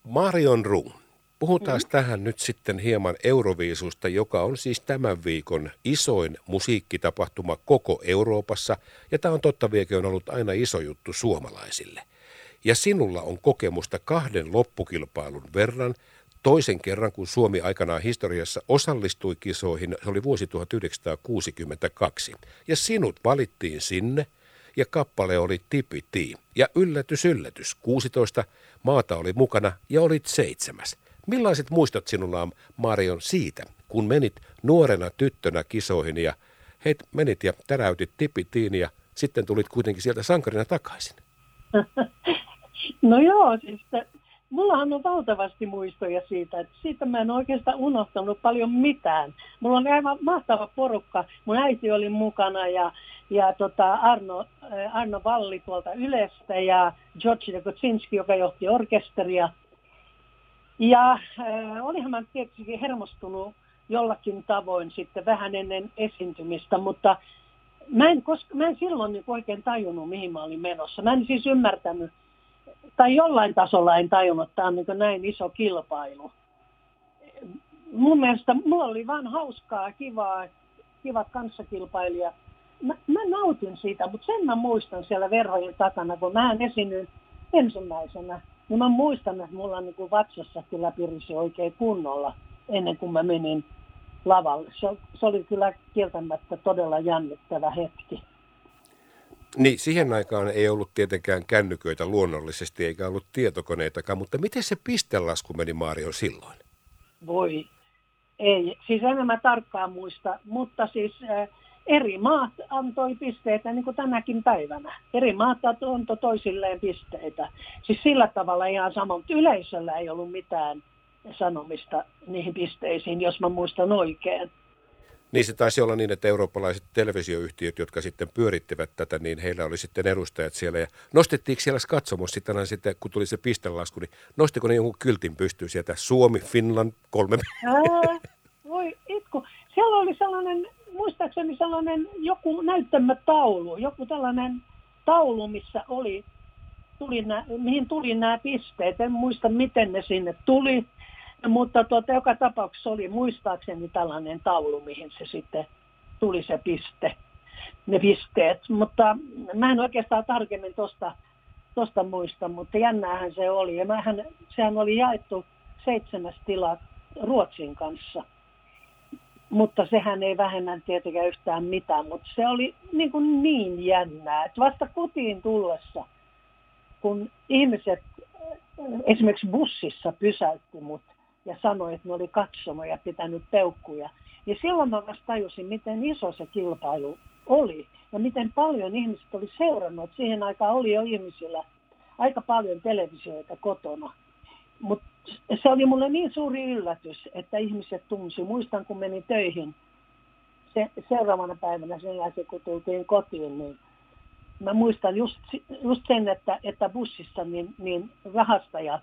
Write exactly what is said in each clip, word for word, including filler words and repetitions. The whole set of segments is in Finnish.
Marion Rung, puhutaan Mm. tähän nyt sitten hieman Euroviisusta, joka on siis tämän viikon isoin musiikkitapahtuma koko Euroopassa. Ja tämä on totta viekin on ollut aina iso juttu suomalaisille. Ja sinulla on kokemusta kahden loppukilpailun verran. Toisen kerran, kun Suomi aikanaan historiassa osallistui kisoihin, se oli vuosi tuhatyhdeksänsataakuusikymmentäkaksi. Ja sinut valittiin sinne, ja kappale oli Tipiti. Ja yllätys, yllätys, kuusitoista maata oli mukana ja olit seitsemäs. Millaiset muistot sinulla on, Marion, siitä, kun menit nuorena tyttönä kisoihin ja heit menit ja täräytit Tipitiin ja sitten tulit kuitenkin sieltä sankarina takaisin? No joo, siis mullahan on valtavasti muistoja siitä, että siitä mä en oikeastaan unohtanut paljon mitään. Mulla on aivan mahtava porukka. Mun äiti oli mukana ja, ja tota Arno, Arno Valli tuolta Ylestä ja Georgi Kocinski, joka johti orkesteria. Ja äh, olihan mä tietysti hermostunut jollakin tavoin sitten vähän ennen esiintymistä, mutta mä en, koska, mä en silloin niin oikein tajunnut, mihin mä olin menossa. Mä en siis ymmärtänyt, tai jollain tasolla en tajunnut, että tämä on niin näin iso kilpailu. Mun mielestä mulla oli vaan hauskaa, kivaa, kivat kanssakilpailijat. Mä, mä nautin siitä, mutta sen mä muistan siellä verhojen takana, kun mä esiinnyin ensimmäisenä. Niin mä muistan, että mulla niin kuin vatsassa kyllä pirisi oikein kunnolla ennen kuin mä menin lavalle. Se, se oli kyllä kieltämättä todella jännittävä hetki. Niin, siihen aikaan ei ollut tietenkään kännyköitä luonnollisesti, eikä ollut tietokoneitakaan, mutta miten se pistelasku meni, Marion, silloin? Voi, ei. Siis en mä tarkkaan muista, mutta siis äh, eri maat antoi pisteitä niin kuin tänäkin päivänä. Eri maat antoi toisilleen pisteitä. Siis sillä tavalla ihan sama, mutta yleisöllä ei ollut mitään sanomista niihin pisteisiin, jos mä muistan oikein. Niin se taisi olla niin, että eurooppalaiset televisioyhtiöt, jotka sitten pyörittivät tätä, niin heillä oli sitten edustajat siellä. Ja nostettiinko siellä katsomus sitten, sitten, kun tuli se pistelasku, niin nostiko ne jonkun kyltin pystyyn sieltä Suomi, Finland, kolme? Ää, voi itku. Siellä oli sellainen, muistaakseni sellainen joku näyttämötaulu, joku tällainen taulu, missä oli, tuli nää, mihin tuli nämä pisteet. En muista, miten ne sinne tuli. Mutta tuota, joka tapauksessa oli muistaakseni tällainen taulu, mihin se sitten tuli se piste, ne pisteet. Mutta mä en oikeastaan tarkemmin tuosta tosta muista, mutta jännäähän se oli. Ja mähän, sehän oli jaettu seitsemäs tila Ruotsin kanssa. Mutta sehän ei vähennä tietenkään yhtään mitään, mutta se oli niin, kuin niin jännää, että vasta kotiin tullessa, kun ihmiset esimerkiksi bussissa pysäytti mut, ja sanoi, että ne oli katsonut ja pitänyt peukkuja. Ja silloin mä vasta tajusin, miten iso se kilpailu oli. Ja miten paljon ihmiset oli seurannut. Siihen aikaan oli jo ihmisillä aika paljon televisioita kotona. Mutta se oli mulle niin suuri yllätys, että ihmiset tunsi. Muistan, kun menin töihin se, seuraavana päivänä sen jälkeen, kun tultiin kotiin, niin mä muistan just, just sen, että, että bussissa niin, niin rahastajat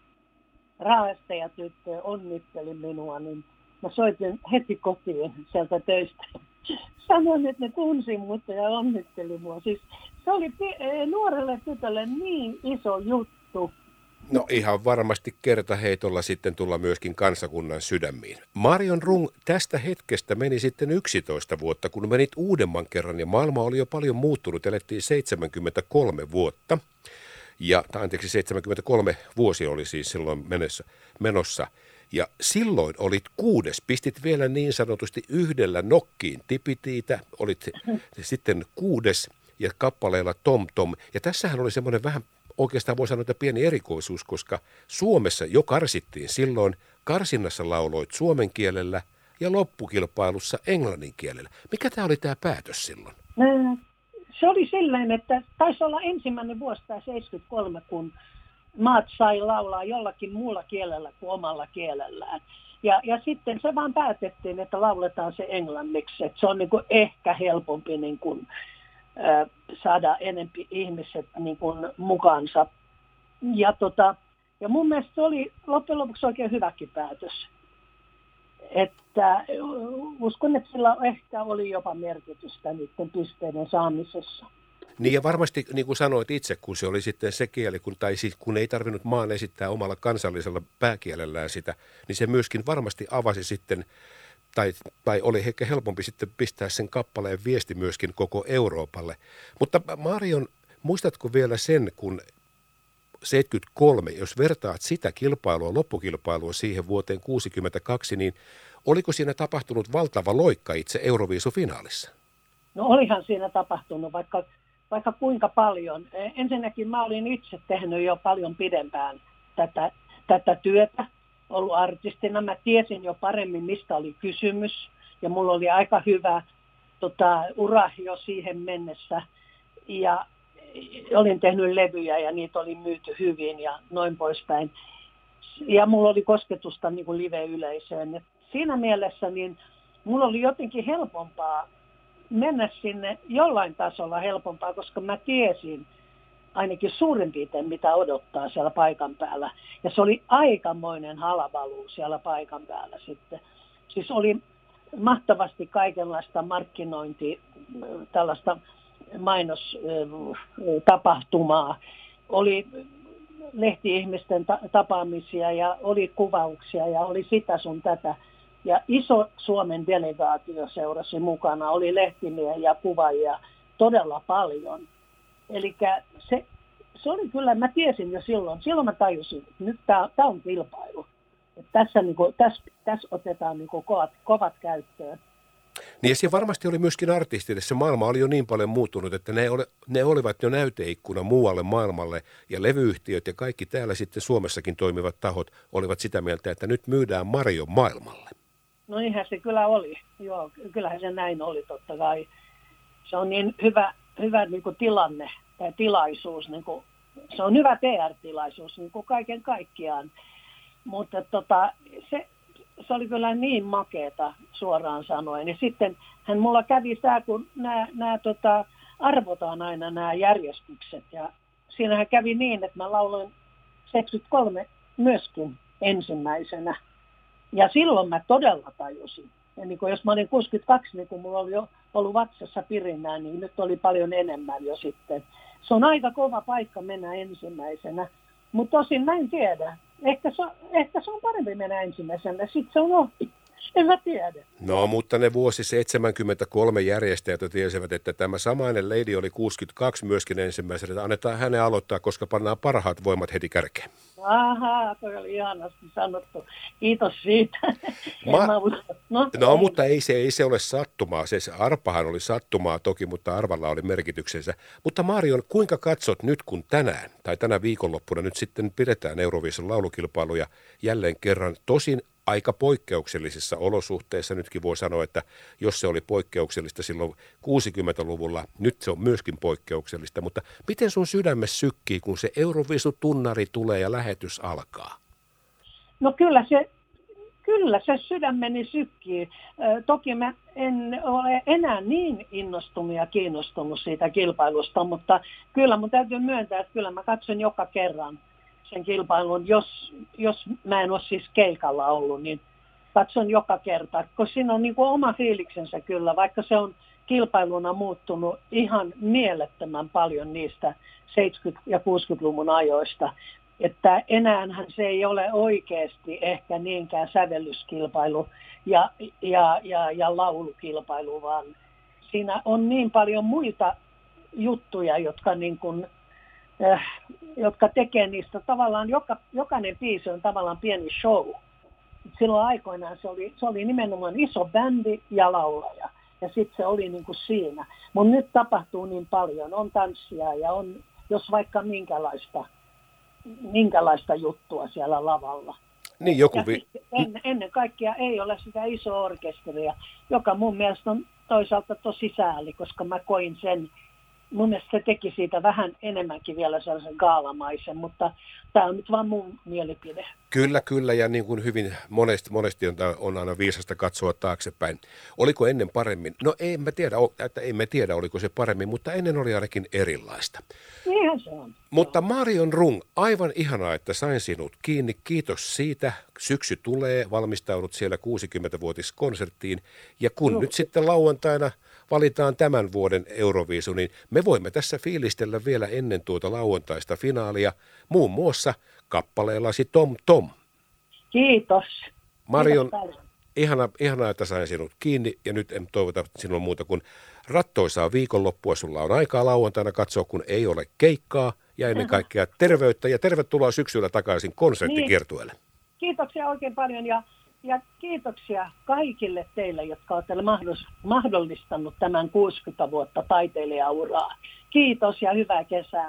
Raastajatyttö onnitteli minua, niin mä soitin heti kotiin sieltä töistä. Sanoin, että ne tunsi mut ja onnitteli mua. Siis se oli nuorelle tytölle niin iso juttu. No ihan varmasti kertaheitolla sitten tulla myöskin kansakunnan sydämiin. Marion Rung, tästä hetkestä meni sitten yksitoista vuotta, kun menit uudemman kerran ja maailma oli jo paljon muuttunut. Elettiin seitsemänkymmentäkolme vuotta. Ja, tai anteeksi, seitsemänkymmentäkolme vuosi oli siis silloin menossa, menossa. Ja silloin olit kuudes, pistit vielä niin sanotusti yhdellä nokkiin Tipitiitä, olit sitten kuudes ja kappaleella Tom Tom. Ja tässähän oli semmoinen vähän, oikeastaan voi sanoa, että pieni erikoisuus, koska Suomessa jo karsittiin silloin, karsinnassa lauloit suomen kielellä ja loppukilpailussa englannin kielellä. Mikä tämä oli tämä päätös silloin? Mm. Se oli silleen, että taisi olla ensimmäinen vuosi tämä seitsemänkymmentäkolme, kun maat sai laulaa jollakin muulla kielellä kuin omalla kielellään. Ja, ja sitten se vaan päätettiin, että lauletaan se englanniksi. Että se on niin kuin ehkä helpompi niin kuin, äh, saada enempi ihmiset niin kuin mukaansa. Ja, tota, ja mun mielestä se oli loppujen lopuksi oikein hyväkin päätös. Että uskon, että sillä ehkä oli jopa merkitystä niiden pisteiden saamisessa. Niin ja varmasti, niin kuin sanoit itse, kun se oli sitten se kieli, kun, tai siis kun ei tarvinnut maan esittää omalla kansallisella pääkielellään sitä, niin se myöskin varmasti avasi sitten, tai, tai oli ehkä helpompi sitten pistää sen kappaleen viesti myöskin koko Euroopalle. Mutta Marion, muistatko vielä sen, kun seitsemänkymmentäkolme, jos vertaat sitä kilpailua, loppukilpailua siihen vuoteen kuusikymmentäkaksi, niin oliko siinä tapahtunut valtava loikka itse Euroviisufinaalissa? No olihan siinä tapahtunut vaikka, vaikka kuinka paljon. Ensinnäkin mä olin itse tehnyt jo paljon pidempään tätä, tätä työtä, ollut artistina. Mä tiesin jo paremmin, mistä oli kysymys ja mulla oli aika hyvä tota, ura jo siihen mennessä. Ja olin tehnyt levyjä ja niitä oli myyty hyvin ja noin poispäin. Ja mulla oli kosketusta niin kuin live-yleisöön. Ja siinä mielessä niin mulla oli jotenkin helpompaa mennä sinne jollain tasolla helpompaa, koska mä tiesin ainakin suurin piirtein, mitä odottaa siellä paikan päällä. Ja se oli aikamoinen halabaluu siellä paikan päällä sitten. Siis oli mahtavasti kaikenlaista markkinointia, tällaista mainostapahtumaa. Oli lehti-ihmisten tapaamisia ja oli kuvauksia ja oli sitä sun tätä. Ja iso Suomen delegaatio seurasi mukana, oli lehtimiehiä ja kuvaajia todella paljon. Eli se, se oli kyllä, mä tiesin jo silloin, silloin mä tajusin, että nyt tämä on kilpailu. Että tässä, niin kuin, tässä, tässä otetaan niin kuin kovat, kovat käyttöön. Niin ja se varmasti oli myöskin artistille. Se maailma oli jo niin paljon muuttunut, että ne, oli, ne olivat jo näyteikkuna muualle maailmalle. Ja levyyhtiöt ja kaikki täällä sitten Suomessakin toimivat tahot olivat sitä mieltä, että nyt myydään Marion maailmalle. No niinhän se kyllä oli. Joo, kyllähän se näin oli totta kai. Se on niin hyvä, hyvä niin kuin tilanne tai tilaisuus. Niin kuin, se on hyvä P R-tilaisuus niin kuin kaiken kaikkiaan. Mutta tota, se, se oli kyllä niin makeeta suoraan sanoen. Ja sitten hän mulla kävi tämä, kun nämä, nämä tota, arvotaan aina nämä järjestykset. Ja siinähän kävi niin, että mä lauloin seitsemänkymmentäkolme myöskin ensimmäisenä. Ja silloin mä todella tajusin. Ja niin jos mä olin kuusikymmentäkaksi, niin kun mulla oli jo ollut vatsassa pirinää, niin nyt oli paljon enemmän jo sitten. Se on aika kova paikka mennä ensimmäisenä. Mutta tosin mä en tiedä. Ehkä se, ehkä se on parempi mennä ensimmäisenä. Sitten se on ohi. En mä tiedä. No, mutta ne vuosi seitsemänkymmentäkolme järjestäjät tiesivät, että tämä samainen lady oli kuusikymmentäkaksi myöskin ensimmäisenä. Että annetaan hänen aloittaa, koska pannaan parhaat voimat heti kärkeen. Ahaa, toi oli ihanasti sanottu. Kiitos siitä. Ma- no, no ei. Mutta ei se, ei se ole sattumaa. Se, se arpahan oli sattumaa toki, mutta arvalla oli merkityksensä. Mutta Marion, kuinka katsot nyt, kun tänään tai tänä viikonloppuna nyt sitten pidetään Euroviisun laulukilpailuja jälleen kerran tosin aika poikkeuksellisissa olosuhteissa. Nytkin voi sanoa, että jos se oli poikkeuksellista silloin kuusikymmentäluvulla, nyt se on myöskin poikkeuksellista. Mutta miten sun sydämessä sykkii, kun se Euroviisu-tunnari tulee ja lähetys alkaa? No kyllä se, kyllä se sydämeni sykkii. Toki mä en ole enää niin innostunut ja kiinnostunut siitä kilpailusta, mutta kyllä mun täytyy myöntää, että kyllä mä katson joka kerran sen kilpailun, jos, jos mä en ole siis keikalla ollut, niin katson joka kerta, koska siinä on niin kuin oma fiiliksensä kyllä, vaikka se on kilpailuna muuttunut ihan mielettömän paljon niistä seitsemänkymmentä- ja kuusikymmentäluvun ajoista, että enäähän se ei ole oikeasti ehkä niinkään sävellyskilpailu ja, ja, ja, ja laulukilpailu, vaan siinä on niin paljon muita juttuja, jotka niin kuin Äh, jotka tekee niistä tavallaan, joka, jokainen biisi on tavallaan pieni show. Silloin aikoinaan se oli, se oli nimenomaan iso bändi ja laulaja. Ja sitten se oli niin kuin siinä. Mutta nyt tapahtuu niin paljon. On tanssia ja on, jos vaikka minkälaista, minkälaista juttua siellä lavalla. Niin, joku vi- en, ennen kaikkea ei ole sitä isoa orkesteria, joka mun mielestä on toisaalta tosi sääli, koska mä koin sen. Mun mielestä se teki siitä vähän enemmänkin vielä sellaisen gaalamaisen, mutta tämä on nyt vaan mun mielipide. Kyllä, kyllä, ja niin kuin hyvin monesti, monesti on, on aina viisasta katsoa taaksepäin. Oliko ennen paremmin? No ei mä tiedä, että emme tiedä, oliko se paremmin, mutta ennen oli ainakin erilaista. Niinhän se on. Mutta Marion Rung, aivan ihanaa, että sain sinut kiinni. Kiitos siitä. Syksy tulee, valmistaudut siellä kuusikymmentävuotiskonserttiin. Ja kun Juh. nyt sitten lauantaina valitaan tämän vuoden Euroviisu, niin me voimme tässä fiilistellä vielä ennen tuota lauantaista finaalia, muun muassa kappaleellasi Tom Tom. Kiitos. Marion, Kiitos ihana, ihana, että sain sinut kiinni ja nyt en toivota sinulle muuta kuin rattoisaa viikonloppua. Sulla on aikaa lauantaina katsoa, kun ei ole keikkaa ja ennen kaikkea terveyttä ja tervetuloa syksyllä takaisin konserttikiertueelle. Niin. Kiitoksia oikein paljon ja, ja kiitoksia kaikille teille, jotka olette mahdollistanut tämän kuusikymmentä vuotta taiteilijauraa. Kiitos ja hyvää kesää.